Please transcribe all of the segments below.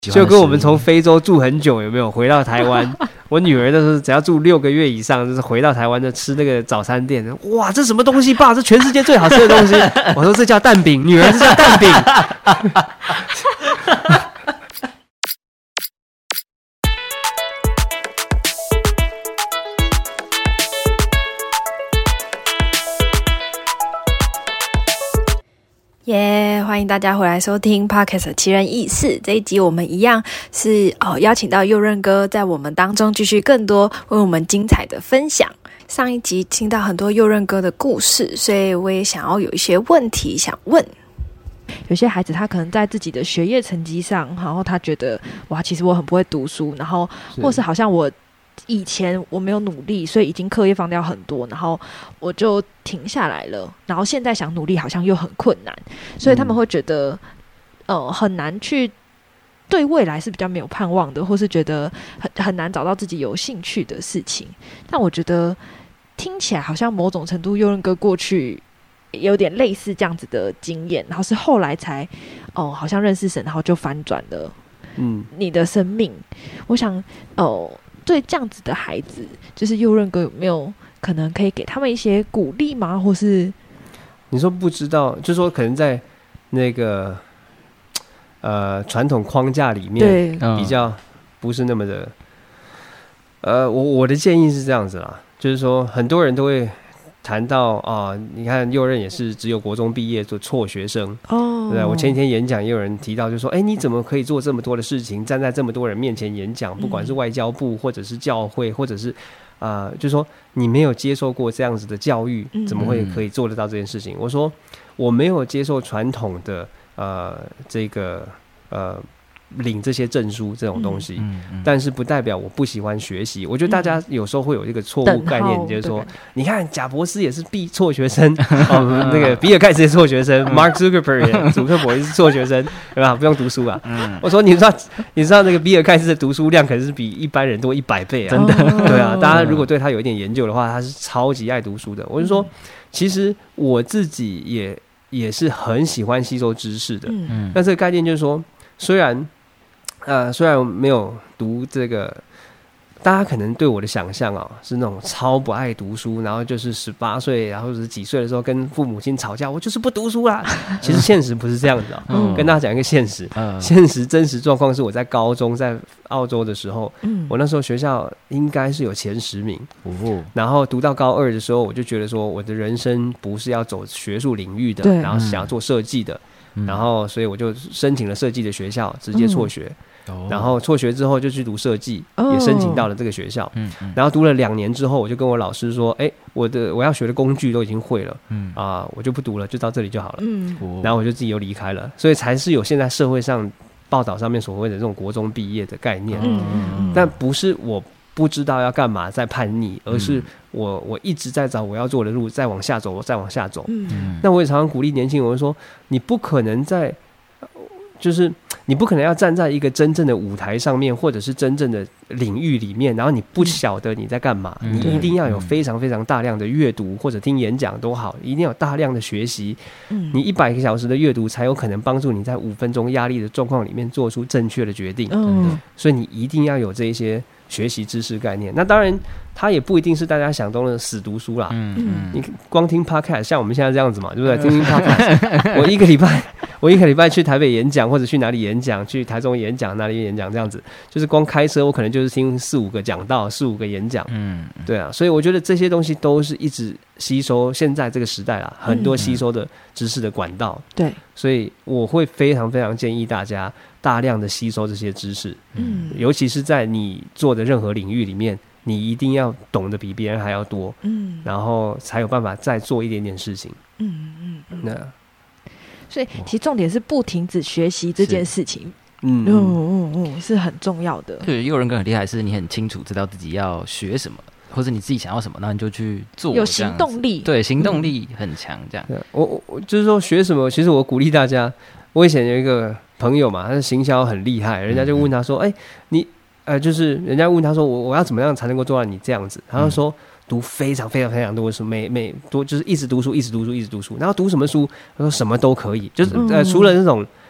就跟我们从非洲住很久，有没有回到台湾？我女儿那时候只要住6个月以上，就是回到台湾就吃那个早餐店，哇，这什么东西爸？这全世界最好吃的东西。我说这叫蛋饼，女儿这叫蛋饼。 欢迎大家回来收听 Podcast 奇人异事。这一集我们一样是邀请到佑任哥在我们当中继续更多为我们精彩的分享。上一集听到很多佑任哥的故事，所以我也想要有一些问题想问。有些孩子他可能在自己的学业成绩上，然后他觉得哇，其实我很不会读书，然后或是好像我以前我没有努力，所以已经课业放掉很多，然后我就停下来了，然后现在想努力好像又很困难，所以他们会觉得很难去对未来是比较没有盼望的，或是觉得很难找到自己有兴趣的事情。但我觉得听起来好像某种程度佑任哥过去有点类似这样子的经验，然后是后来才好像认识神，然后就翻转了你的生命。我想对这样子的孩子，就是佑任哥有没有可能可以给他们一些鼓励吗？或是你说不知道，就是说可能在那个传统框架里面比较不是那么的我的建议是这样子啦，就是说很多人都会谈到你看佑任也是只有国中毕业做辍学生对，我前几天演讲也有人提到，就说你怎么可以做这么多的事情，站在这么多人面前演讲，不管是外交部或者是教会，或者是就是说你没有接受过这样子的教育，怎么会可以做得到这件事情？我说我没有接受传统的这个领这些证书这种东西，但是不代表我不喜欢学习。我觉得大家有时候会有一个错误概念，就是说，你看贾伯斯也是辍学生，那个比尔盖茨也是辍学生，Mark Zuckerberg 祖克伯也是辍学生，对吧？不用读书啊。我说你知道那个比尔盖茨的读书量可能是比一般人多100倍啊，真的。对啊，大家如果对他有一点研究的话，他是超级爱读书的。我就说，其实我自己也是很喜欢吸收知识的。那这个概念就是说，虽然没有读这个，大家可能对我的想象是那种超不爱读书，然后就是18岁，然后或者是几岁的时候跟父母亲吵架，我就是不读书啦。其实现实不是这样子跟大家讲一个现实，现实真实状况是我在高中在澳洲的时候，我那时候学校应该是有前10名，然后读到高2的时候，我就觉得说我的人生不是要走学术领域的，然后是想要做设计的。然后所以我就申请了设计的学校，直接辍学，然后辍学之后就去读设计，也申请到了这个学校，然后读了2年之后，我就跟我老师说，我要学的工具都已经会了，我就不读了，就到这里就好了，然后我就自己又离开了，所以才是有现在社会上报道上面所谓的这种国中毕业的概念，但不是我不知道要干嘛在叛逆，而是我一直在找我要做的路，再往下走，再往下走。那我也常常鼓励年轻人，我说你不可能就是你不可能要站在一个真正的舞台上面，或者是真正的领域里面，然后你不晓得你在干嘛。你一定要有非常非常大量的阅读，或者听演讲都好，一定要有大量的学习。你100个小时的阅读才有可能帮助你在5分钟压力的状况里面做出正确的决定。所以你一定要有这一些学习知识概念。那当然它也不一定是大家想中的死读书啦，你光听 podcast 像我们现在这样子嘛，对不对？听 podcast 我一个礼拜去台北演讲，或者去哪里演讲，去台中演讲，哪里演讲，这样子就是光开车我可能就是听4-5个讲道，4-5个演讲，对啊，所以我觉得这些东西都是一直吸收现在这个时代啦很多吸收的知识的管道，对，所以我会非常非常建议大家大量的吸收这些知识，尤其是在你做的任何领域里面，你一定要懂得比别人还要多，然后才有办法再做一点点事情，那所以其实重点是不停止学习这件事情，是很重要的。 对，佑任哥很厉害，是你很清楚知道自己要学什么，或者你自己想要什么，那你就去做， 有行动力， 对，行动力很强。这样， 我就是说学什么，其实我鼓励大家。我以前有一个朋友嘛，他的行销很厉害，人家就问他说：“你就是人家问他说我要怎么样才能够做到你这样子？”他就说。读非常非常非常多的书，每多就是一直读书，一直读书，一直读书。然后读什么书？他说什么都可以，就是除了那种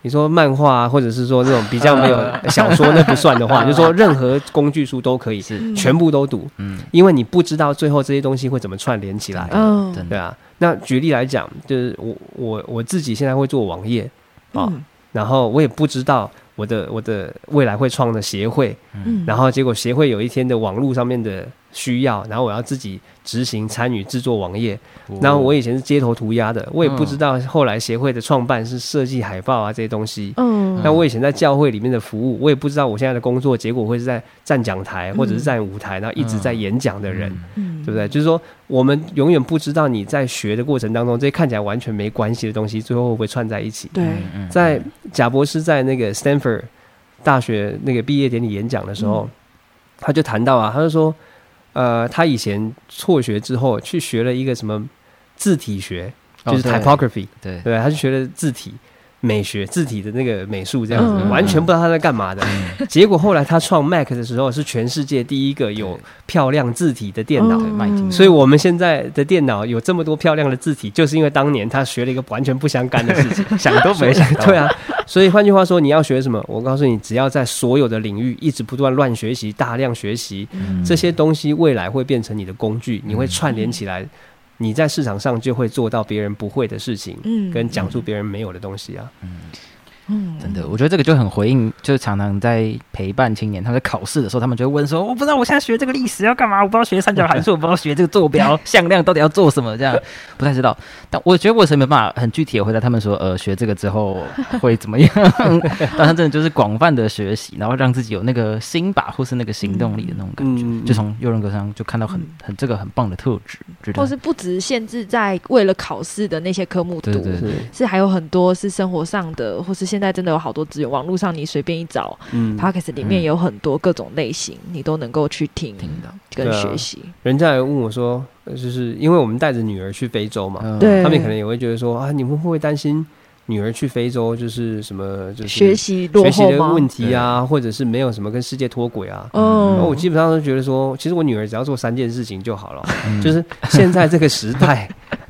你说漫画或者是说那种比较没有小说那不算的话，就说任何工具书都可以，全部都读，因为你不知道最后这些东西会怎么串联起来，对啊。那举例来讲，就是我自己现在会做网页啊，然后我也不知道我的未来会创的协会，然后结果协会有一天的网络上面的需要，然后我要自己执行参与制作网页，然后我以前是街头涂鸦的，我也不知道后来协会的创办是设计海报啊这些东西，那我以前在教会里面的服务，我也不知道我现在的工作结果会是在站讲台或者是站舞台，然后一直在演讲的人，对不对？就是说我们永远不知道你在学的过程当中，这些看起来完全没关系的东西最后会不会串在一起。 对， 在贾博士在那个 Stanford 大学那个毕业典礼演讲的时候，他就谈到啊，他就说他以前辍学之后去学了一个什么字体学，就是 typography， 对，他就学了字体美学，字体的那个美术这样子，完全不知道他在干嘛的。结果后来他创 Mac 的时候，是全世界第一个有漂亮字体的电脑，所以我们现在的电脑有这么多漂亮的字体，就是因为当年他学了一个完全不相干的事情，想都没想到。对啊，所以换句话说，你要学什么？我告诉你，只要在所有的领域一直不断乱学习、大量学习，这些东西未来会变成你的工具，你会串联起来。你在市场上就会做到别人不会的事情，跟讲出别人没有的东西啊。 真的，我觉得这个就很回应，就是常常在陪伴青年，他们在考试的时候，他们就会问说：“我不知道我现在学这个历史要干嘛，我不知道学三角函数，我不知道学这个坐标向量到底要做什么，这样不太知道。”但我觉得我是没办法很具体的回答他们说：“学这个之后会怎么样？”但他真的就是广泛的学习，然后让自己有那个心把或是那个行动力的那种感觉，就从佑任哥上就看到很这个很棒的特质， 或是不只限制在为了考试的那些科目读，是还有很多是生活上的，或是现在真的有好多资源，网络上你随便一找，Podcast 里面有很多各种类型，你都能够去听跟学习。 人家也问我说，就是因为我们带着女儿去非洲嘛，他们可能也会觉得说啊，你们会不会担心女儿去非洲就是什么，就是学习落后吗？ 学习的问题啊，或者是没有什么跟世界脱轨啊？我基本上都觉得说，其实我女儿只要做3件事情就好了，就是现在这个时代，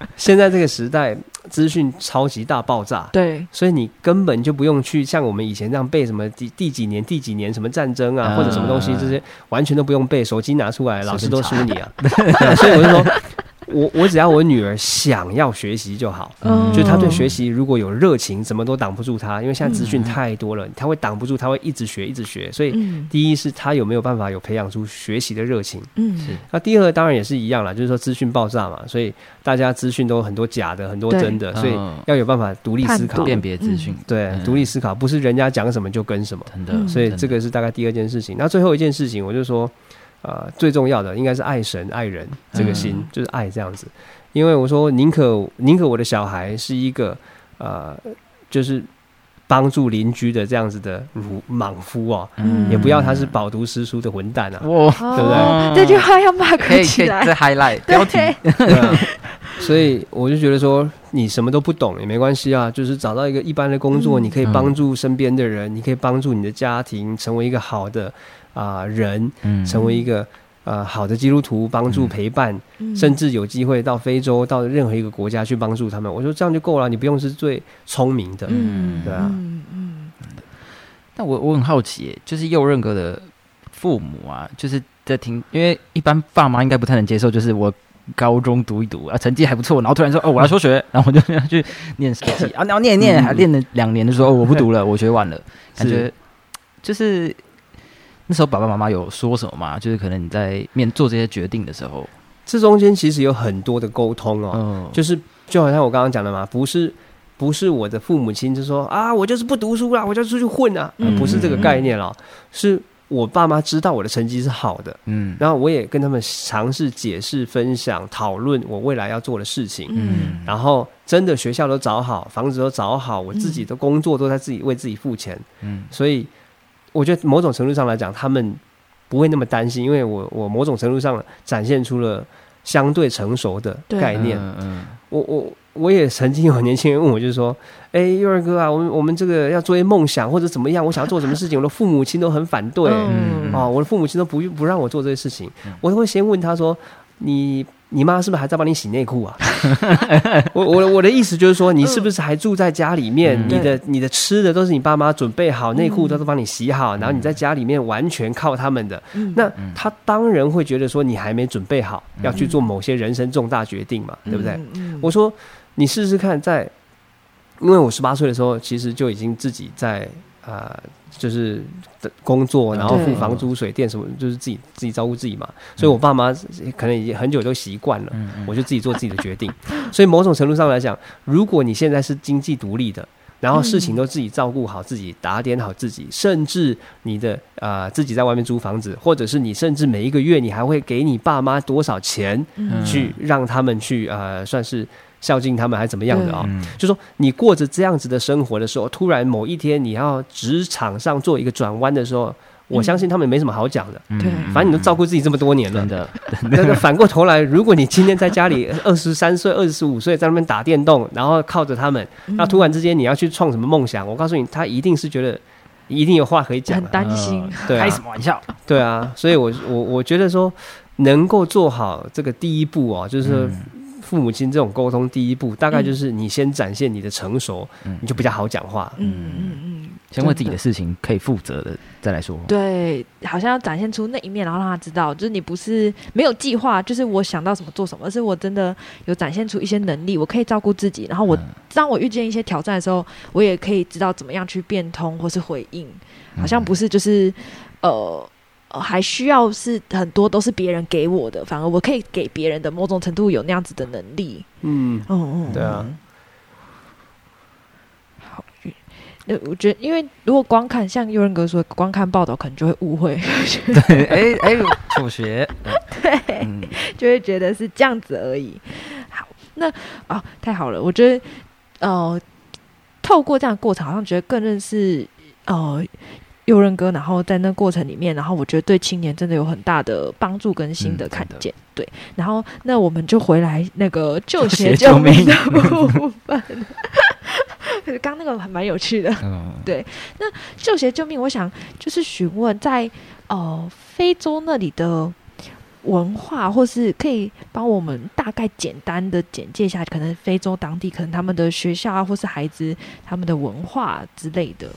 资讯超级大爆炸， 对， 所以你根本就不用去像我们以前这样背什么第几年什么战争啊，或者什么东西，这些完全都不用背，手机拿出来，老师都输你啊。所以我就说。我只要我女儿想要学习就好，就是她对学习如果有热情，什么都挡不住她，因为现在资讯太多了，她会挡不住，她会一直学。所以第一是她有没有办法有培养出学习的热情，那第二当然也是一样啦，就是说资讯爆炸嘛，所以大家资讯都很多假的，很多真的，所以要有办法独立思考， 辨别资讯， 对，独立思考，不是人家讲什么就跟什么，所以这个是大概第2件事情。那最后一件事情，我就说。最重要的应该是爱神爱人这个心，就是爱这样子。因为我说宁可我的小孩是一个就是帮助邻居的这样子的莽夫哦，也不要他是饱读诗书的混蛋啊，对不对？ 这句话要mark起来， 这 highlight 标题。 所以我就觉得说，你什么都不懂也没关系啊，就是找到一个一般的工作，你可以帮助身边的人，你可以帮助你的家庭，成为一个好的人，成为一个好的基督徒，帮助陪伴，甚至有机会到非洲，到任何一个国家去帮助他们。我说这样就够了，你不用是最聪明的，对啊。 但我很好奇，就是佑任哥的父母啊，就是在听，因为一般爸妈应该不太能接受，就是我高中读一读啊，成绩还不错，然后突然说我要休学，然后我就要去念设计啊，然后念，还练了2年的时候我不读了，我学完了，感觉就是那时候爸爸妈妈有说什么吗？就是可能你在做这些决定的时候， 这中间其实有很多的沟通哦，就好像我刚刚讲的嘛，不是我的父母亲就说啊，我就是不读书啦，我就出去混啊，不是这个概念啦，是我爸妈知道我的成绩是好的，然后我也跟他们尝试解释、分享、讨论我未来要做的事情，然后真的学校都找好，房子都找好，我自己的工作都在自己为自己付钱，所以我觉得某种程度上来讲，他们不会那么担心，因为我某种程度上展现出了相对成熟的概念。我也曾经有年轻人问我，就是说，佑任哥啊，我们这个要做一些梦想或者怎么样，我想要做什么事情，我的父母亲都很反对，我的父母亲都不让我做这些事情，我会先问他说，你你妈是不是还在帮你洗内裤啊？我的意思就是说，你是不是还住在家里面？你的吃的都是你爸妈准备好，内裤都是帮你洗好，然后你在家里面完全靠他们的。那他当然会觉得说你还没准备好，要去做某些人生重大决定嘛，对不对？我说你试试看，因为我18岁的时候，其实就已经自己在就是工作，然后付房租、水电什么，就是自己照顾自己嘛。所以我爸妈可能已经很久都习惯了，我就自己做自己的决定。所以某种程度上来讲，如果你现在是经济独立的，然后事情都自己照顾好自己，打点好自己，甚至你的自己在外面租房子，或者是你甚至每一个月你还会给你爸妈多少钱，去让他们去算是孝敬他们还怎么样的就说你过着这样子的生活的时候，突然某一天你要职场上做一个转弯的时候，我相信他们没什么好讲的。反正你都照顾自己这么多年了，真的反过头来，如果你今天在家里23岁、25岁在那边打电动，然后靠着他们，那突然之间你要去创什么梦想，我告诉你，他一定是觉得一定有话可以讲， 很担心， 开什么玩笑？ 对啊，所以我觉得说能够做好这个第一步就是父母亲这种沟通第一步，大概就是你先展现你的成熟，你就比较好讲话。 先为自己的事情可以负责的再来说。 对，好像要展现出那一面，然后让他知道，就是你不是没有计划，就是我想到什么做什么，而是我真的有展现出一些能力，我可以照顾自己，然后当我遇见一些挑战的时候，我也可以知道怎么样去变通或是回应，好像不是就是还需要是很多都是别人给我的，反而我可以给别人的某种程度有那样子的能力。对啊。好，我觉得，因为如果光看像佑任哥说，光看报道可能就会误会。 对，辍学， 对，就会觉得是这样子而已。好，那太好了，我觉得透过这样的过程，好像觉得更认识佑任哥，然后在那过程里面，然后我觉得对青年真的有很大的帮助跟新的看见。对，然后那我们就回来那个就学救命的部分。刚那个还蛮有趣的。对，那就学救命，我想就是询问在非洲那里的文化，或是可以帮我们大概简单的简介一下，可能非洲当地可能他们的学校啊，或是孩子他们的文化之类的。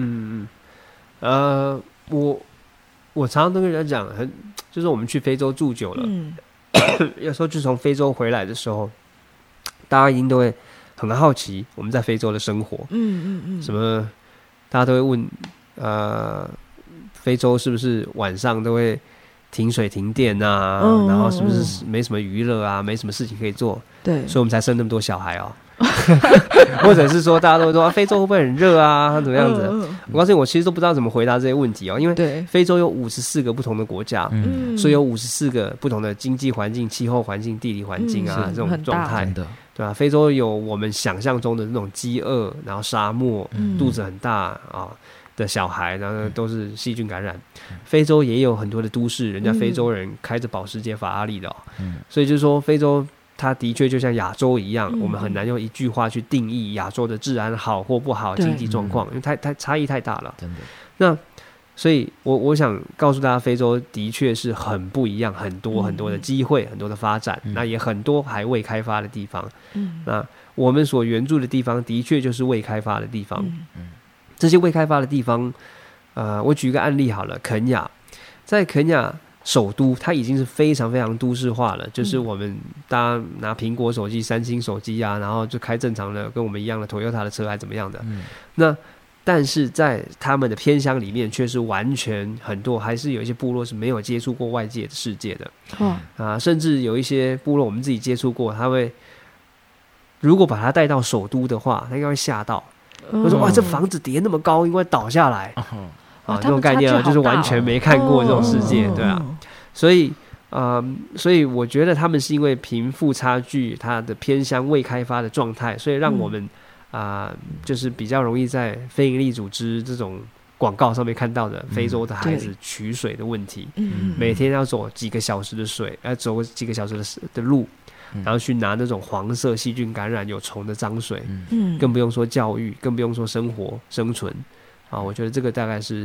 我常常都跟人家讲，就是我们去非洲住久了，有时候就从非洲回来的时候，大家一定都会很好奇我们在非洲的生活，什么大家都会问，非洲是不是晚上都会停水停电啊？然后是不是没什么娱乐啊？没什么事情可以做？对，所以我们才生那么多小孩或者是说大家都会说非洲会不会很热啊？怎么样子？我告诉你，我其实都不知道怎么回答这些问题因为非洲有54个不同的国家，所以有54个不同的经济环境、气候环境、地理环境这种状态，对吧？非洲有我们想象中的那种饥饿，然后沙漠，肚子很大的小孩，然后都是细菌感染。非洲也有很多的都市，人家非洲人开着保时捷、法拉利的所以就是说非洲。它的确就像亚洲一样，我们很难用一句话去定义亚洲的治安好或不好、经济状况，因为太差异太大了。真的。那所以我想告诉大家，非洲的确是很不一样，很多很多的机会，很多的发展，那也很多还未开发的地方。那我们所援助的地方，的确就是未开发的地方。这些未开发的地方，我举一个案例好了，肯亚，在肯亚。首都它已经是非常非常都市化了，就是我们大家拿苹果手机、三星手机然后就开正常的跟我们一样的 Toyota 的车还怎么样的。那但是在他们的偏乡里面，却是完全很多还是有一些部落是没有接触过外界的世界的。甚至有一些部落我们自己接触过，他会如果把它带到首都的话，他应该会吓到。他说：“哇，这房子叠那么高，应该倒下来。”这种概念就是完全没看过这种世界，对啊，所以我觉得他们是因为贫富差距，它的偏乡未开发的状态，所以让我们就是比较容易在非营利组织这种广告上面看到的非洲的孩子取水的问题，每天要走几个小时的水，走几个小时的路，然后去拿那种黄色细菌感染有虫的脏水，更不用说教育，更不用说生存。我觉得这个大概是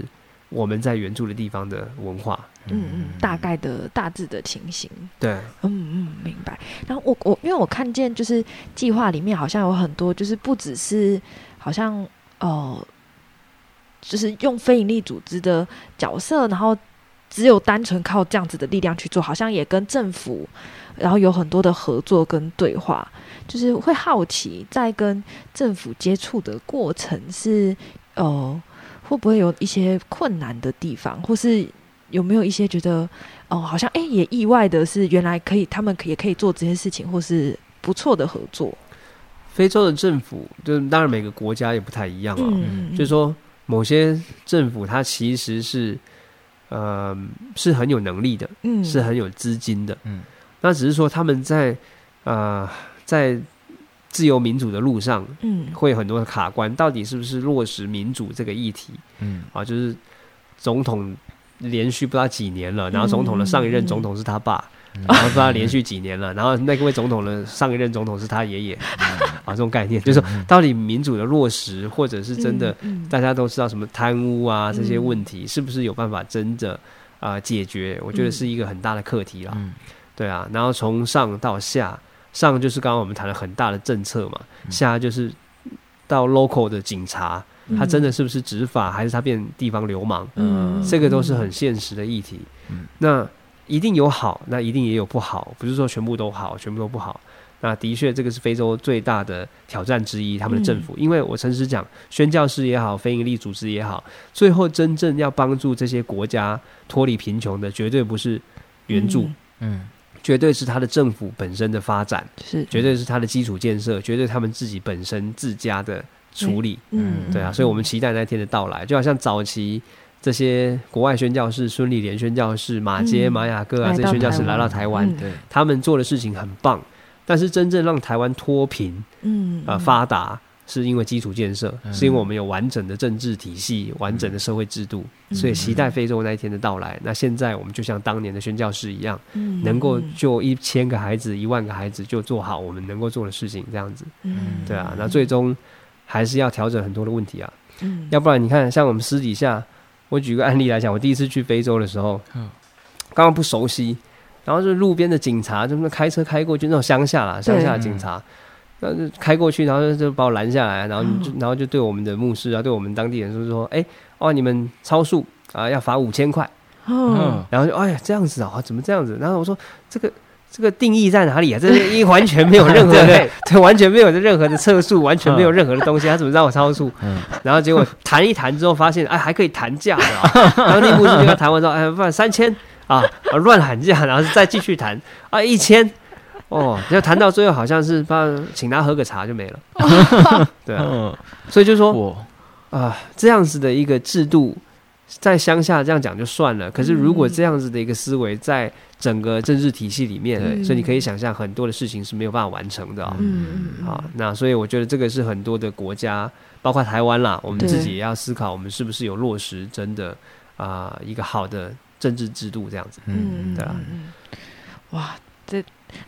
我们在原住的地方的文化。 大概的大致的情形。 对， 明白。然后我因为我看见就是计划里面好像有很多，就是不只是好像就是用非营利组织的角色，然后只有单纯靠这样子的力量去做，好像也跟政府，然后有很多的合作跟对话。就是会好奇，在跟政府接触的过程是会不会有一些困难的地方，或是有没有一些觉得好像也意外的是，原来他们也可以做这些事情，或是不错的合作。 非洲的政府，就当然每个国家也不太一样就是说某些政府它其实是是很有能力的，是很有资金的，那只是说他们在自由民主的路上，会有很多的卡关，到底是不是落实民主这个议题？就是总统连续不知道几年了，然后总统的上一任总统是他爸，然后不知道连续几年了，然后那位总统的上一任总统是他爷爷，这种概念就是说，到底民主的落实，或者是真的大家都知道什么贪污啊这些问题，是不是有办法真的解决？我觉得是一个很大的课题啦。对啊，然后从上到下，上就是刚刚我们谈了很大的政策嘛，下就是到 local 的警察，他真的是不是执法，还是他变地方流氓？这个都是很现实的议题。那一定有好，那一定也有不好，不是说全部都好，全部都不好。那的确，这个是非洲最大的挑战之一，他们的政府。因为我诚实讲，宣教士也好，非营利组织也好，最后真正要帮助这些国家脱离贫穷的，绝对不是援助，绝对是他的政府本身的发展，绝对是他的基础建设，绝对他们自己本身自家的处理。对啊，所以我们期待那天的到来，就好像早期这些国外宣教士，孙理莲宣教士、马街、玛雅各这些宣教士来到台湾，他们做的事情很棒，但是真正让台湾脱贫发达，是因为基础建设，是因为我们有完整的政治体系、完整的社会制度，所以期待非洲那一天的到来。那现在我们就像当年的宣教士一样，能够就1000个孩子、10000个孩子就做好我们能够做的事情，这样子。对啊，那最终还是要调整很多的问题啊。要不然你看，像我们私底下，我举个案例来讲，我第一次去非洲的时候，刚刚不熟悉，然后就路边的警察，就开车开过去，那种乡下的警察。就开过去，然后就把我拦下来，然后就对我们的牧师啊，对我们当地人说，你们超速啊，要罚5000块。然后就这样子啊，怎么这样子？然后我说这个定义在哪里啊？这完全没有任何的，对，完全没有任何的测速，完全没有任何的东西，他怎么让我超速？然后结果谈一谈之后，发现还可以谈价的啊。然后那牧师就跟他谈完之后，不然3000啊，乱喊价，然后再继续谈1000。要谈到最后好像是请他喝个茶就没了。对啊，所以就说这样子的一个制度在乡下这样讲就算了，可是如果这样子的一个思维在整个政治体系里面，所以你可以想象很多的事情是没有办法完成的。那所以我觉得这个是很多的国家，包括台湾啦，我们自己也要思考，我们是不是有落实真的一个好的政治制度这样子。对啊。 哇，这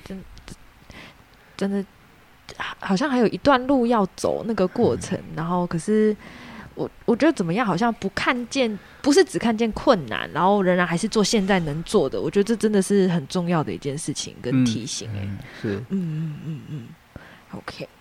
真的好像还有一段路要走那个过程，然后可是我觉得怎么样，好像不是只看见困难，然后仍然还是做现在能做的，我觉得这真的是很重要的一件事情跟提醒。 是 OK。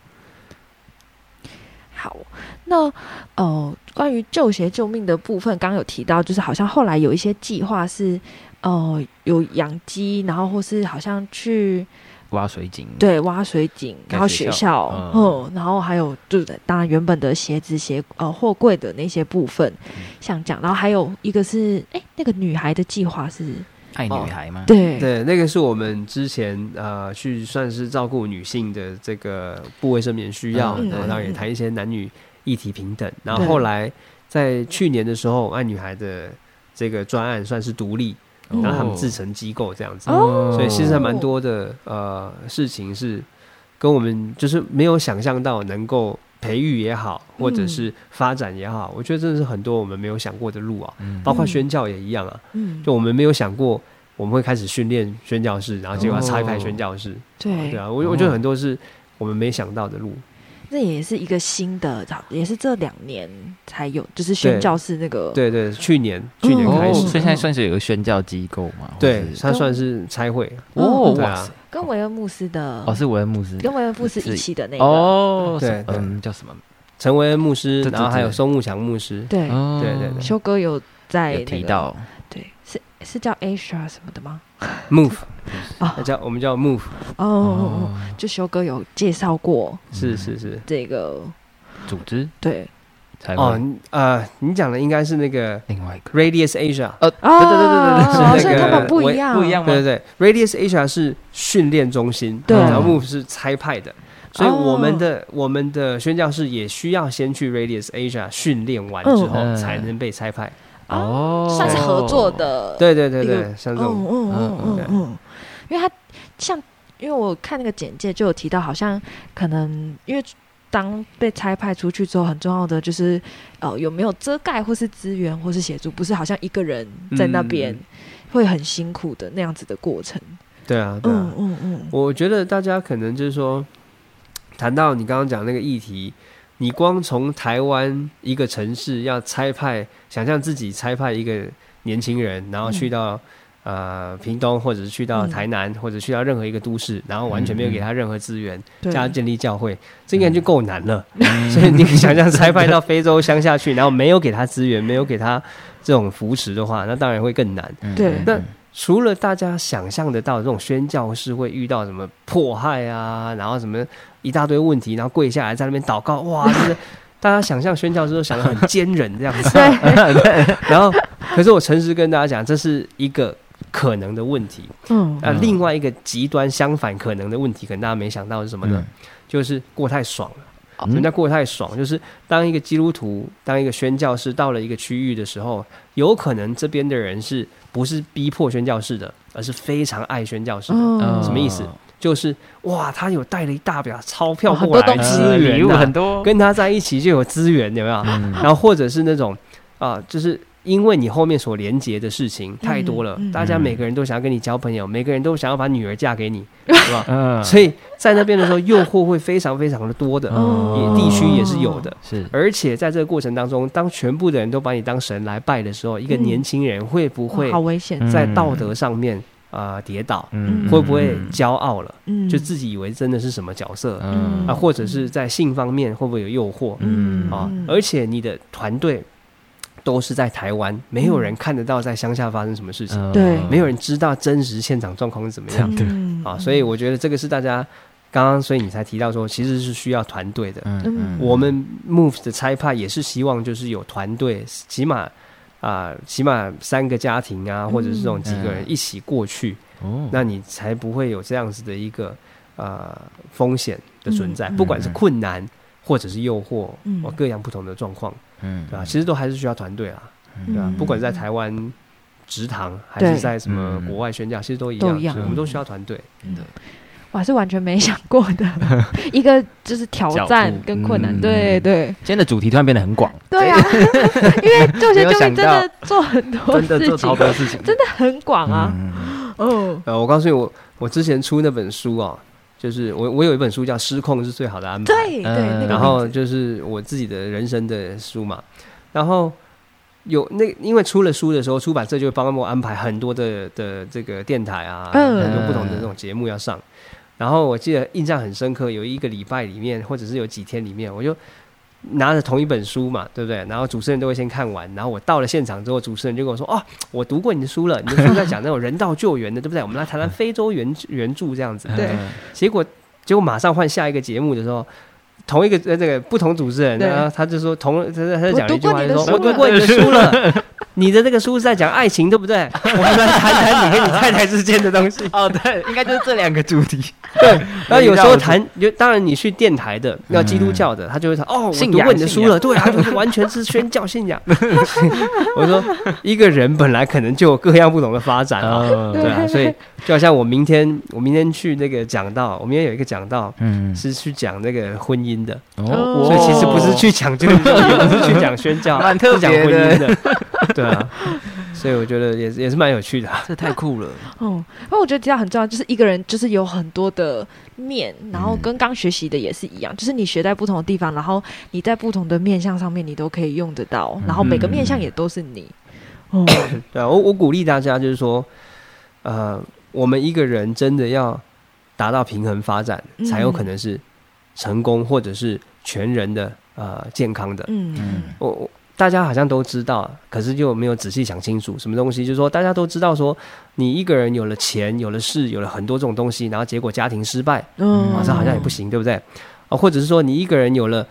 好，那关于救鞋救命的部分，刚刚有提到，就是好像后来有一些计划是有养鸡，然后或是好像去挖水井， 对，挖水井，然后学校，然后还有就是当然原本的鞋子货柜的那些部分，像这样，然后还有一个是那个女孩的计划是爱女孩吗？ 对， 那个是我们之前去算是照顾女性的这个部卫生棉需要，然后当然也谈一些男女议题平等，然后后来在去年的时候，爱女孩的这个专案算是独立。然后他们自成机构这样子，所以其实还蛮多的事情是跟我们就是没有想象到能够培育也好，或者是发展也好，我觉得真的是很多我们没有想过的路啊。包括宣教也一样啊，就我们没有想过我们会开始训练宣教士，然后结果要拆派宣教士。对啊，我觉得很多是我们没想到的路。 这也是一个新的，也是这2年才有，就是宣教士那个。 对，去年开始， 所以现在算是有一个宣教机构嘛？ 对，它算是差会。 哇塞， 跟维恩牧师的是维恩牧师， 跟维恩牧师一起的那个。 对， 叫什么？ 陈维恩牧师，然后还有松木强牧师。 对，修哥有在提到， 对，是叫 Asia 什么的吗 ？Move 我们叫 Move 就修哥有介绍过， 是这个组织对。 你讲的应该是那个另外一个 Radius Asia， 对， 所以他们不一样， 吗？ 对 ，Radius Asia 是训练中心， 对， 然后 Move 是差派的，所以我们的宣教士也需要先去 Radius Asia 训练完之后才能被差派。 算是合作的， 对，像这种， 因为他因为我看那个简介就有提到，好像可能因为。当被差派出去之后，很重要的就是有没有遮盖或是资源或是协助，不是好像一个人在那边会很辛苦的那样子的过程。 对啊，我觉得大家可能就是说，谈到你刚刚讲那个议题，你光从台湾一个城市要差派，想象自己差派一个年轻人，然后去到屏东，或者是去到台南，或者去到任何一个都市，然后完全没有给他任何资源，叫他建立教会，这应该就够难了。所以你想象差派到非洲乡下去，然后没有给他资源，没有给他这种扶持的话，那当然会更难。 对， 那除了大家想象得到这种宣教士会遇到什么迫害啊，然后什么一大堆问题，然后跪下来在那边祷告，哇，就是大家想象宣教士都想得很坚韧这样子。对，然后可是我诚实跟大家讲，这是一个可能的问题。另外一个极端相反可能的问题，可能大家没想到是什么呢？就是过太爽了。什么叫过太爽？就是当一个基督徒，当一个宣教士到了一个区域的时候，有可能这边的人是不是逼迫宣教士的，而是非常爱宣教士的。什么意思？就是哇，他有带了一大表钞票过来，资源很多，跟他在一起就有资源，有没有？然后或者是那种就是因为你后面所连结的事情太多了，大家每个人都想要跟你交朋友，每个人都想要把女儿嫁给你，是吧？所以在那边的时候，诱惑会非常非常的多的，地区也是有的。是，而且在这个过程当中，当全部的人都把你当神来拜的时候，一个年轻人会不会好危险， 在道德上面跌倒，会不会骄傲了，就自己以为真的是什么角色，或者是在性方面会不会有诱惑，而且你的团队都是在台湾，没有人看得到在乡下发生什么事情，对，没有人知道真实现场状况是怎么样的，所以我觉得这个是大家刚刚，所以你才提到说，其实是需要团队的。我们 Move 的差派也是希望就是有团队，起码3个家庭啊，或者是这种几个人一起过去，那你才不会有这样子的一个风险的存在，不管是困难或者是诱惑，各样不同的状况，对吧？其实都还是需要团队啦，对吧？不管在台湾职堂还是在什么国外宣教，其实都一样，所以我们都需要团队。 我是完全没想过的一个就是挑战跟困难，对对。 今天的主题突然变得很广， 对啊，因为就学教育真的做很多事情， 真的做超多事情， 真的很广啊。 我告诉你，我之前出那本书啊，就是我有一本书叫《失控是最好的安排》， 对对， 然后就是我自己的人生的书嘛，然后。因为出了书的时候，出版社就会帮我安排很多的这个电台啊，很多不同的这种节目要上。然后我记得印象很深刻，有一个礼拜里面，或者是有几天里面，我就拿着同一本书嘛，对不对？然后主持人都会先看完，然后我到了现场之后，主持人就跟我说：“哦，我读过你的书了，你的书在讲那种人道救援的，对不对？我们来谈谈非洲援助这样子。”对，结果马上换下一个节目的时候。同一个这个不同主持人，然后他就说他就讲了一句话，就说：“我读过你的书了，你的这个书是在讲爱情，对不对？我们来谈谈你跟你太太之间的东西。” 哦，对，应该就是这2个主题。 对，然后有时候当然你去电台的，要基督教的，他就会说：“哦，我读过你的书了，对啊，就是完全是宣教信仰。”我说，一个人本来可能就有各样不同的发展啊，对啊，所以就好像我明天去那个讲道，我明天有一个讲道，是去讲那个婚姻的，所以其实不是去讲救援，也不是去讲宣教， 蛮特别的。 对啊，所以我觉得也是蛮有趣的， 这太酷了。 因为我觉得这样很重要，就是一个人就是有很多的面，然后跟刚学习的也是一样，就是你学在不同的地方，然后你在不同的面向上面你都可以用得到，然后每个面向也都是你。 对啊，我鼓励大家就是说，我们一个人真的要达到平衡发展，才有可能是成功或者是全人的健康的。大家好像都知道，可是就没有仔细想清楚什么东西。就是说，大家都知道说，你一个人有了钱、有了势、有了很多这种东西，然后结果家庭失败，这好像也不行，对不对？或者是说，你一个人有了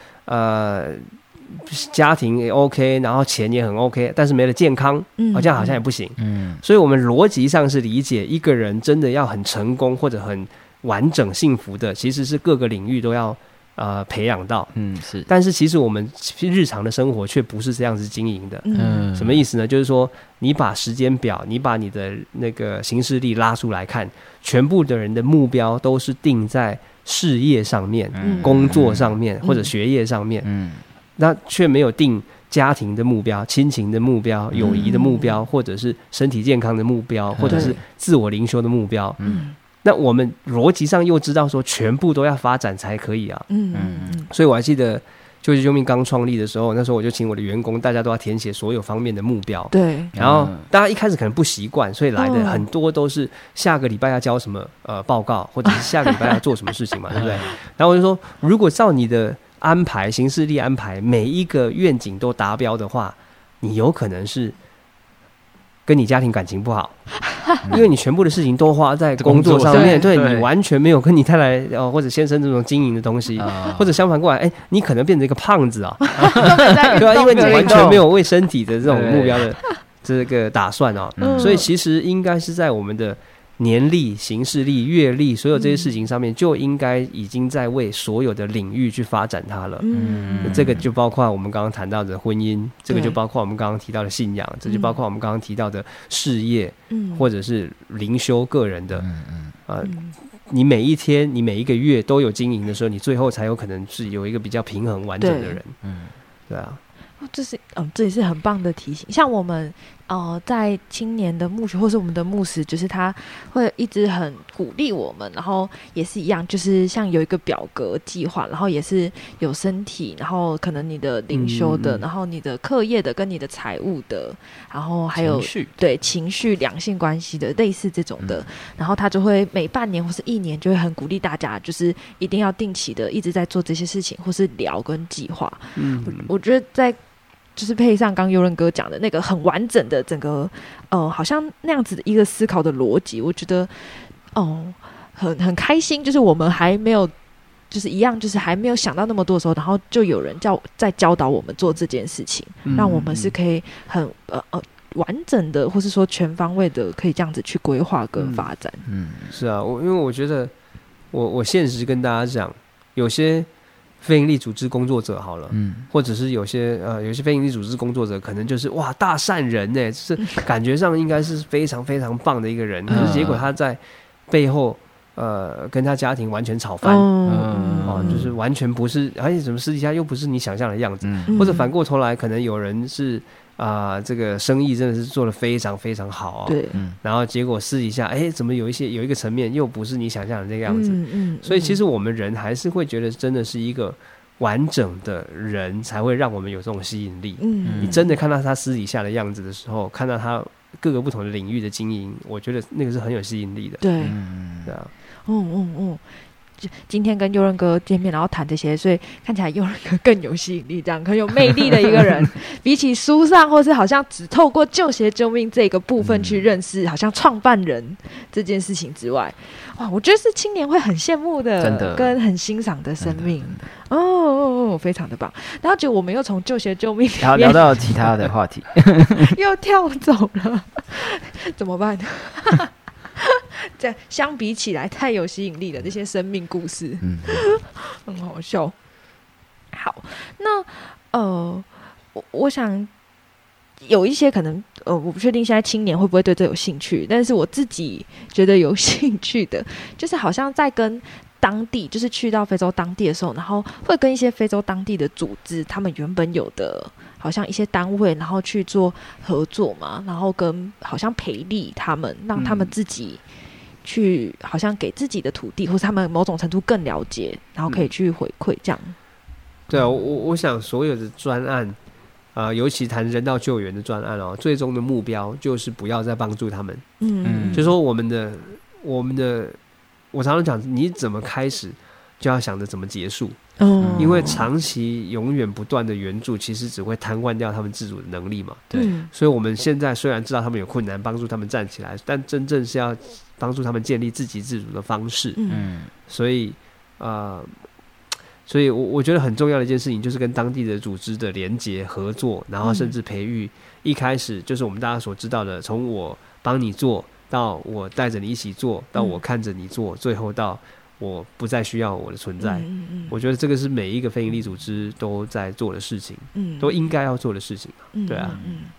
家庭也 OK， 然后钱也很 OK， 但是没了健康，好像也不行。所以我们逻辑上是理解一个人真的要很成功或者很完整幸福的，其实是各个领域都要培养到。 是。 但是其实我们日常的生活却不是这样子经营的。什么意思呢？就是说你把时间表，你把你的那个行事历拉出来看，全部的人的目标都是定在事业上面、工作上面或者学业上面。那却没有定家庭的目标、亲情的目标、友谊的目标，或者是身体健康的目标，或者是自我灵修的目标。那我们逻辑上又知道说全部都要发展才可以啊。所以我还记得救急救命刚创立的时候，那时候我就请我的员工，大家都要填写所有方面的目标。 对。 然后大家一开始可能不习惯，所以来的很多都是下个礼拜要交什么报告，或者是下个礼拜要做什么事情嘛，对不对？然后我就说，如果照你的安排行事历安排，每一个愿景都达标的话，你有可能是跟你家庭感情不好，因为你全部的事情都花在工作上面，对你完全没有跟你太太或者先生这种经营的东西，或者相反过来，你可能变成一个胖子啊，对吧？因为你完全没有为身体的这种目标的这个打算啊，所以其实应该是在我们的年历、行事历、月历，所有这些事情上面，就应该已经在为所有的领域去发展它了。这个就包括我们刚刚谈到的婚姻，这个就包括我们刚刚提到的信仰，这就包括我们刚刚提到的事业，或者是灵修个人的。你每一天、你每一个月都有经营的时候，你最后才有可能是有一个比较平衡完整的人。对啊。 这也是很棒的提醒。像我们在青年的牧学或是我们的牧师，就是他会一直很鼓励我们，然后也是一样，就是像有一个表格计划，然后也是有身体，然后可能你的灵修的，然后你的课业的跟你的财务的，然后还有情绪两性关系的，类似这种的。然后他就会每半年或是一年就会很鼓励大家，就是一定要定期的一直在做这些事情，或是聊跟计划。我觉得在就是配上刚佑任哥讲的那个很完整的整个好像那样子的一个思考的逻辑，我觉得很开心。就是我们还没有就是一样，就是还没有想到那么多的时候，然后就有人在教导我们做这件事情，让我们是可以很完整的，或是说全方位的，可以这样子去规划跟发展。 是啊，因为我觉得我现实跟大家讲，有些非营利组织工作者好了，或者是有些非营利组织工作者可能就是哇大善人呢，就是感觉上应该是非常非常棒的一个人，可是结果他在背后跟他家庭完全吵翻，就是完全不是，而且怎么私底下又不是你想象的样子，或者反过头来，可能有人是这个生意真的是做得非常非常好对，然后结果私底下怎么有一个层面又不是你想象的这个样子，所以其实我们人还是会觉得真的是一个完整的人才会让我们有这种吸引力。你真的看到他私底下的样子的时候，看到他各个不同的领域的经营，我觉得那个是很有吸引力的。 对， 对啊， 今天跟佑任哥见面，然后谈这些，所以看起来佑任哥更有吸引力，这样很有魅力的一个人。比起书上或是好像只透过救鞋救命这个部分去认识，好像创办人这件事情之外，哇，我觉得是青年会很羡慕的， 真的跟很欣赏的生命。非常的棒。然后结果我们又从救鞋救命聊到其他的话题， 又跳走了，怎么办？这样相比起来太有吸引力了，这些生命故事，很好笑。好，那我想有一些可能我不确定现在青年会不会对这有兴趣，但是我自己觉得有兴趣的，就是好像在跟当地，就是去到非洲当地的时候，然后会跟一些非洲当地的组织，他们原本有的好像一些单位，然后去做合作嘛，然后跟好像培力他们，让他们自己去好像给自己的土地，或是他们某种程度更了解，然后可以去回馈这样。 对啊，我想所有的专案，尤其谈人道救援的专案最终的目标就是不要再帮助他们。就是说我们的，我常常讲，你怎么开始，就要想着怎么结束。因为长期永远不断的援助，其实只会瘫痪掉他们自主的能力嘛。对，所以我们现在虽然知道他们有困难，帮助他们站起来，但真正是要帮助他们建立自给自足的方式。所以我觉得很重要的一件事情就是跟当地的组织的连结合作，然后甚至培育。一开始就是我们大家所知道的，从我帮你做到我带着你一起做，到我看着你做，最后到我不再需要我的存在。我觉得这个是每一个非营利组织都在做的事情，都应该要做的事情。对啊。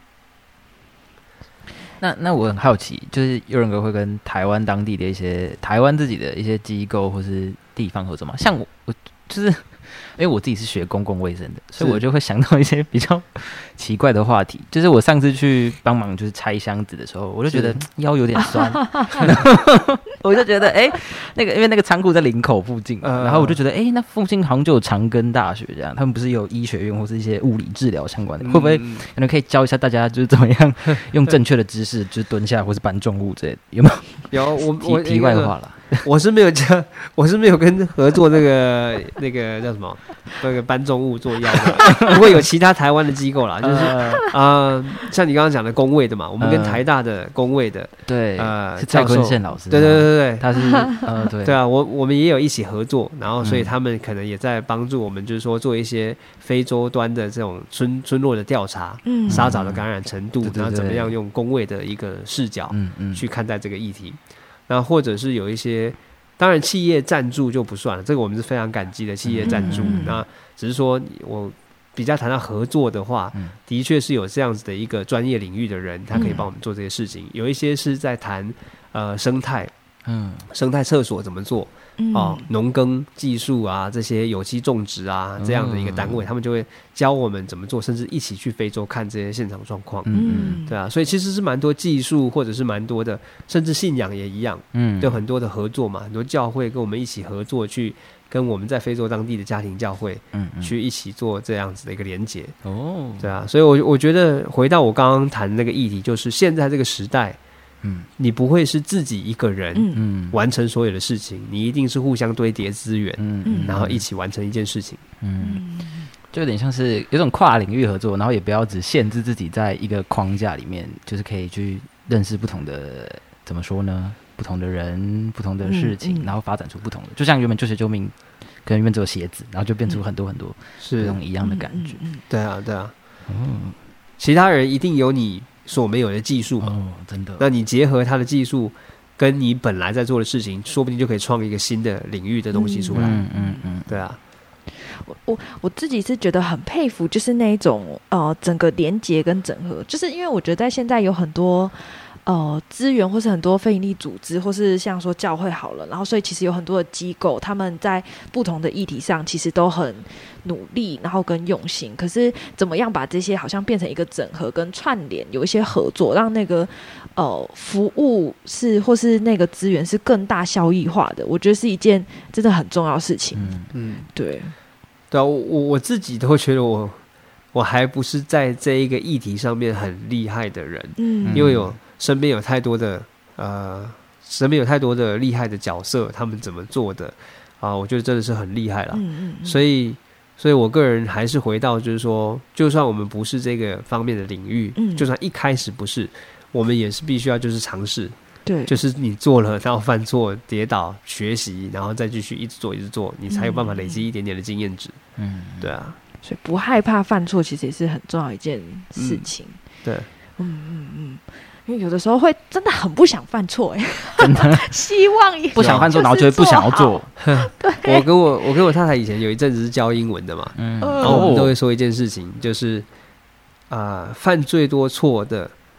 那我很好奇，就是佑仁哥会跟台湾当地的一些台湾自己的一些机构或是地方合作吗？像我就是因为我自己是学公共卫生的，所以我就会想到一些比较奇怪的话题。就是我上次去帮忙就是拆箱子的时候，我就觉得腰有点酸，我就觉得那个因为那个仓库在林口附近，然后我就觉得那附近好像就有长庚大学这样，他们不是有医学院或是一些物理治疗相关的，会不会可能可以教一下大家就是怎么样用正确的姿势就是蹲下或是搬重物之类的，有没有？ 有，我题外话了。 我是没有跟合作那个叫什么那个搬重物做药的，不过有其他台湾的机构啦，就是像你刚刚讲的公卫的嘛，我们跟台大的公卫的对是蔡坤宪老师， 对， 他是对啊，我们也有一起合作，然后所以他们可能也在帮助我们，就是说做一些非洲端的这种村落的调查，沙蚤的感染程度，然后怎么样用公卫的一个视角去看待这个议题。那或者是有一些，当然企业赞助就不算了，这个我们是非常感激的企业赞助。那只是说我比较谈到合作的话，的确是有这样子的一个专业领域的人，他可以帮我们做这些事情。有一些是在谈生态，生态厕所怎么做，农耕技术啊，这些有机种植啊，这样的一个单位，他们就会教我们怎么做，甚至一起去非洲看这些现场状况。对啊，所以其实是蛮多技术，或者是蛮多的，甚至信仰也一样，有很多的合作嘛，很多教会跟我们一起合作，去跟我们在非洲当地的家庭教会，去一起做这样子的一个连结。对啊，所以我觉得回到我刚刚谈的那个议题，就是现在这个时代。你不会是自己一个人完成所有的事情，你一定是互相堆叠资源，然后一起完成一件事情。 就有点像是有种跨领域合作，然后也不要只限制自己在一个框架里面，就是可以去认识不同的，怎么说呢？不同的人、不同的事情，然后发展出不同的。就像原本救鞋救命，可能原本只有鞋子，然后就变出很多很多这种一样的感觉。 对啊，对啊。其他人一定有你所没有的技术嘛， 真的。 那你结合他的技术，跟你本来在做的事情，说不定就可以创一个新的领域的东西出来。对啊。 我自己是觉得很佩服，就是那一种整个连结跟整合，就是因为我觉得在现在有很多资源，或是很多非营利组织，或是像说教会好了，然后所以其实有很多的机构，他们在不同的议题上其实都很努力，然后跟用心。可是怎么样把这些好像变成一个整合跟串联，有一些合作，让那个服务是或是那个资源是更大效益化的，我觉得是一件真的很重要的事情。对啊，我自己都觉得我还不是在这一个议题上面很厉害的人，因为身边有太多的厉害的角色，他们怎么做的我觉得真的是很厉害啦。所以我个人还是回到，就是说，就算我们不是这个方面的领域，就算一开始不是，我们也是必须要就是尝试。对，就是你做了，然后犯错、跌倒、学习，然后再继续一直做，你才有办法累积一点点的经验值。对啊， 所以不害怕犯错，其实也是很重要一件事情。 对， 因为有的时候会真的很不想犯错， 真的希望也不想犯错，然后就会不想要做。 对， 我跟我太太以前有一阵子是教英文的嘛，然后我们都会说一件事情，就是犯最多错的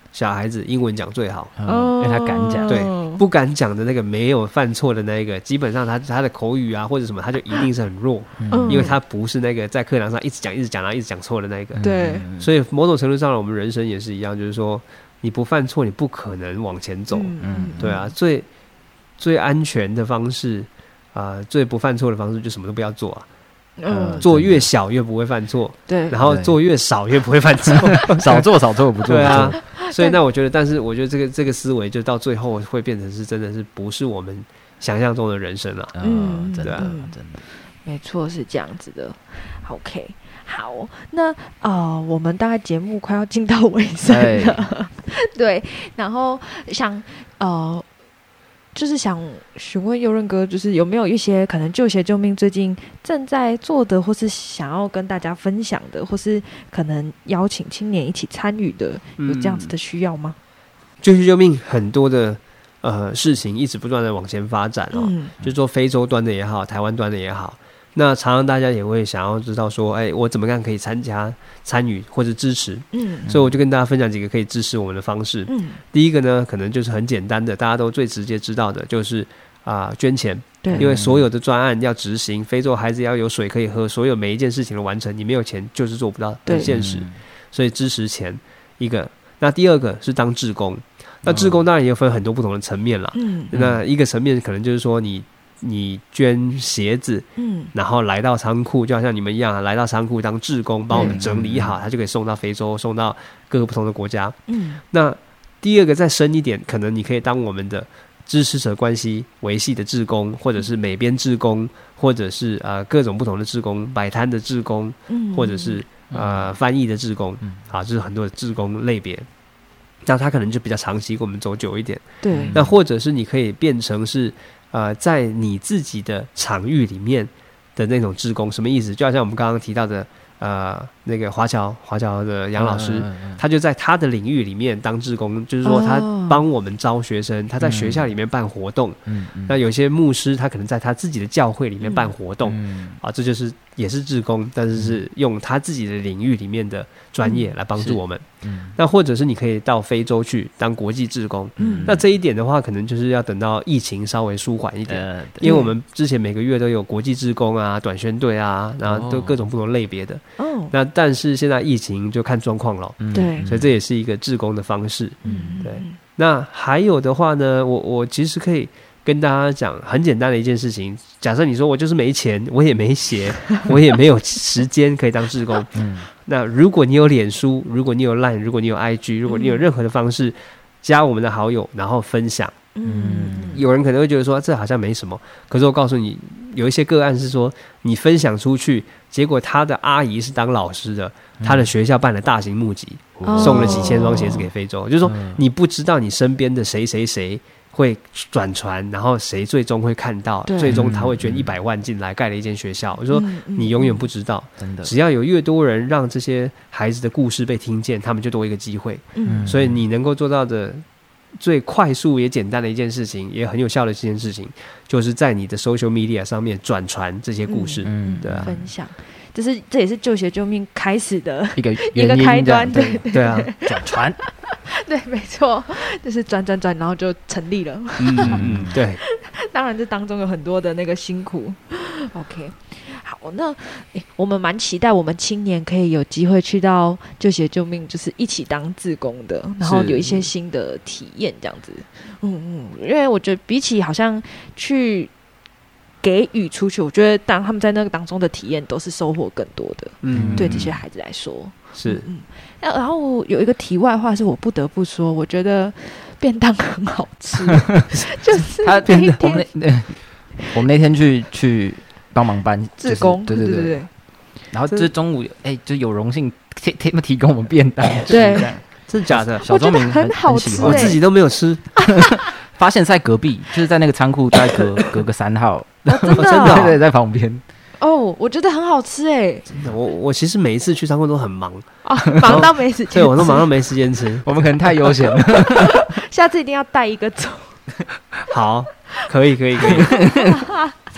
小孩子英文讲最好， 因为他敢讲。 对，不敢讲的那个没有犯错的那一个，基本上他的口语啊或者什么，他就一定是很弱，因为他不是那个在课堂上一直讲然后一直讲错的那一个。 对， 所以某种程度上我们人生也是一样，就是说你不犯错，你不可能往前走。对啊，最安全的方式最不犯错的方式就什么都不要做啊。做越小越不会犯错， 对， 然后做越少越不会犯错， 少做不做。 对啊，所以那我觉得，但是我觉得这个思维就到最后会变成是真的是不是我们想象中的人生了。 真的真的， 没错，是这样子的。OK， 好，那我们大概节目快要进到尾声了，对，然后想就是想询问佑任哥，就是有没有一些可能就学救命最近正在做的，或是想要跟大家分享的，或是可能邀请青年一起参与的，有这样子的需要吗？就学救命很多的事情一直不断的往前发展就是说非洲端的也好，台湾端的也好，那常常大家也会想要知道说，我怎么样可以参与或者支持，所以我就跟大家分享几个可以支持我们的方式。第一个呢，可能就是很简单的，大家都最直接知道的，就是捐钱。对，因为所有的专案要执行，非洲孩子要有水可以喝，所有每一件事情的完成，你没有钱就是做不到，很现实。所以支持钱一个，那第二个是当志工。那志工当然也有分很多不同的层面啦。那一个层面可能就是说你捐鞋子，然后来到仓库，就好像你们一样来到仓库当志工，帮我们整理好，它就可以送到非洲，送到各个不同的国家。那第二个再深一点，可能你可以当我们的支持者关系维系的志工，或者是美编志工，或者是各种不同的志工，摆摊的志工，或者是翻译的志工，就是很多的志工类别。那他可能就比较长期，跟我们走久一点。对，那或者是你可以变成是在你自己的场域里面的那种志工，什么意思？就好像我们刚刚提到的那个华侨的杨老师，他就在他的领域里面当志工，就是说他帮我们招学生，他在学校里面办活动。那有些牧师他可能在他自己的教会里面办活动，这就是也是志工，但是是用他自己的领域里面的专业来帮助我们。那或者是你可以到非洲去当国际志工。那这一点的话，可能就是要等到疫情稍微舒缓一点，因为我们之前每个月都有国际志工啊、短宣队啊，然后都各种不同类别的。那但是现在疫情就看状况了，对，所以这也是一个志工的方式。对。那还有的话呢，我其实可以跟大家讲很简单的一件事情。假设你说我就是没钱，我也没鞋，我也没有时间可以当志工。那如果你有脸书，如果你有 LINE， 如果你有 IG， 如果你有任何的方式加我们的好友，然后分享。有人可能会觉得说这好像没什么，可是我告诉你，有一些个案是说你分享出去，结果他的阿姨是当老师的，他的学校办了大型募集，送了几千双鞋子给非洲。就是说你不知道你身边的谁会转传，然后谁最终会看到，最终他会捐100万进来盖了一间学校。我说你永远不知道，只要有越多人让这些孩子的故事被听见，他们就多一个机会。所以你能够做到的最快速也简单的一件事情，也很有效的一件事情，就是在你的 social media 上面转传这些故事。对啊，分享，这也是就学救命开始的一个开端。对啊，转传。对，没错，就是转，然后就成立了。对，当然这当中有很多的那个辛苦。OK， 好，那我们蛮期待我们青年可以有机会去到就学救命，就是一起当志工的，然后有一些新的体验这样子。因为我觉得比起好像去给予出去，我觉得当他们在那个当中的体验都是收获更多的。对这些孩子来说是。然后有一个题外话是我不得不说，我觉得便当很好吃。就是他我们那天去帮忙搬志工，对。然后就是中午就有荣幸提供我们便当。对，真的假的？小钟明很好吃，我自己都没有吃。发现在隔壁，就是在那个仓库，大概隔个3号。真的对，在旁边。我觉得很好吃真的。我其实每一次去仓库都很忙忙到没时间。对，我都忙到没时间吃。我们可能太悠闲了。下次一定要带一个走。好，可以。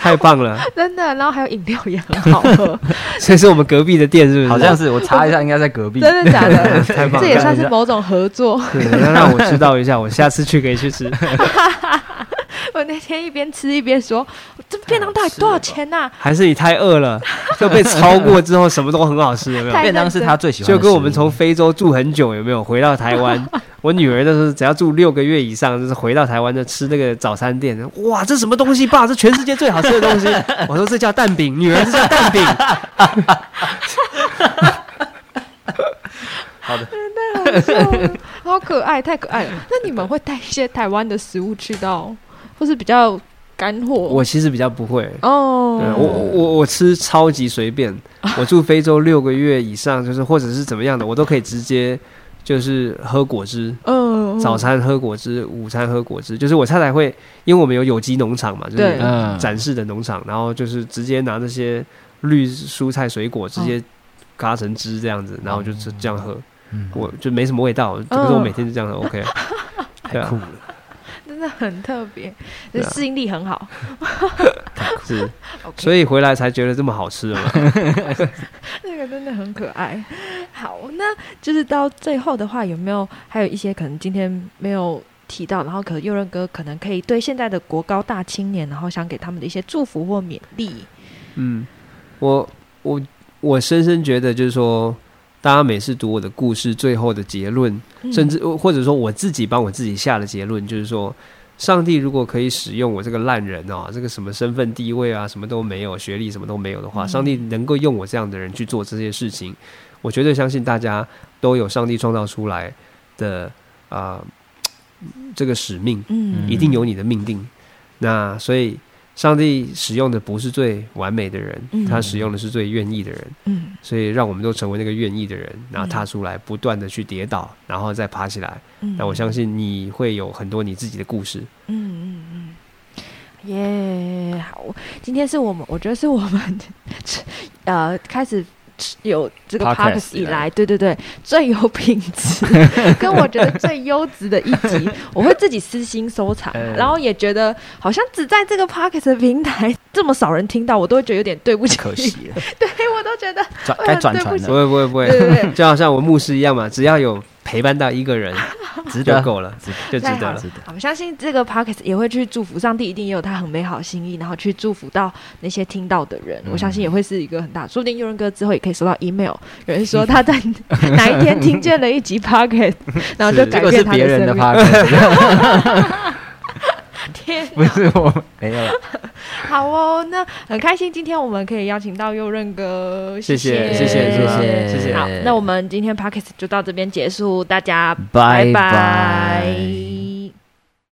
太棒了， 真的。然后还有饮料也很好喝， 所以是我们隔壁的店，是不是？ 好像是，我查一下，应该在隔壁。 真的假的？ 太棒了， 这也算是某种合作。 那让我知道一下，我下次去可以去吃。 我那天一边吃一边说：“这便当到底多少钱呐？” 还是你太饿了，就被超过之后什么都很好吃，有没有？ 便当是他最喜欢的， 就跟我们从非洲住很久，有没有？回到台湾，我女儿那时候只要住6个月以上，就是回到台湾就吃那个早餐店。哇，这什么东西爸？这全世界最好吃的东西。我说这叫蛋饼，女儿这叫蛋饼。 好的， 太好笑了，好可爱，太可爱了。那你们会带一些台湾的食物去到，或是比较干货？ 我其实比较不会哦。 我吃超级随便。我住非洲6个月以上，就是或者是怎么样的，我都可以直接就是喝果汁。早餐喝果汁，午餐喝果汁。就是我太太会，因为我们有机农场嘛，就是展示的农场，然后就是直接拿那些绿蔬菜水果直接嘎成汁这样子，然后就这样喝。我就没什么味道，可是我每天就这样喝 OK。 太酷了， 真的很特别，适应力很好。 是，所以回来才觉得这么好吃了嘛。 那个真的很可爱。好，那就是到最后的话，有没有还有一些可能今天没有提到，然后可能佑任哥可能可以对现在的国高大青年，然后想给他们的一些祝福或勉励？ 我深深觉得就是说，大家每次读我的故事最后的结论，甚至或者说我自己帮我自己下的结论，就是说，上帝如果可以使用我这个烂人啊，这个什么身份地位啊，什么都没有，学历什么都没有的话，上帝能够用我这样的人去做这些事情，我绝对相信大家都有上帝创造出来的这个使命，一定有你的命定。那所以上帝使用的不是最完美的人，他使用的是最愿意的人。所以让我们都成为那个愿意的人，然后踏出来，不断的去跌倒，然后再爬起来。那我相信你会有很多你自己的故事。 好，今天是我觉得是我们开始有这个 podcast 以来，对最有品质跟我觉得最优质的一集，我会自己私心收藏，然后也觉得好像只在这个 podcast 的平台这么少人听到，我都会觉得有点对不起， 可惜了。 对，我都觉得该转传了， 不会，对，就好像我牧师一样嘛，只要有陪伴到一个人，就够了，就值得了。 我相信这个 podcast 也会去祝福，上帝一定也有他很美好的心意，然后去祝福到那些听到的人。我相信也会是一个很大，说不定佑任哥之后也可以收到 email， 有人说他在哪一天听见了一集 podcast， 然后就改变他的生命。这个是别人的 podcast。 天， 不是我，没有了。 好哦，那很开心，今天我们可以邀请到佑任哥， 谢谢。 好，那我们今天 podcast 就到这边结束，大家拜拜。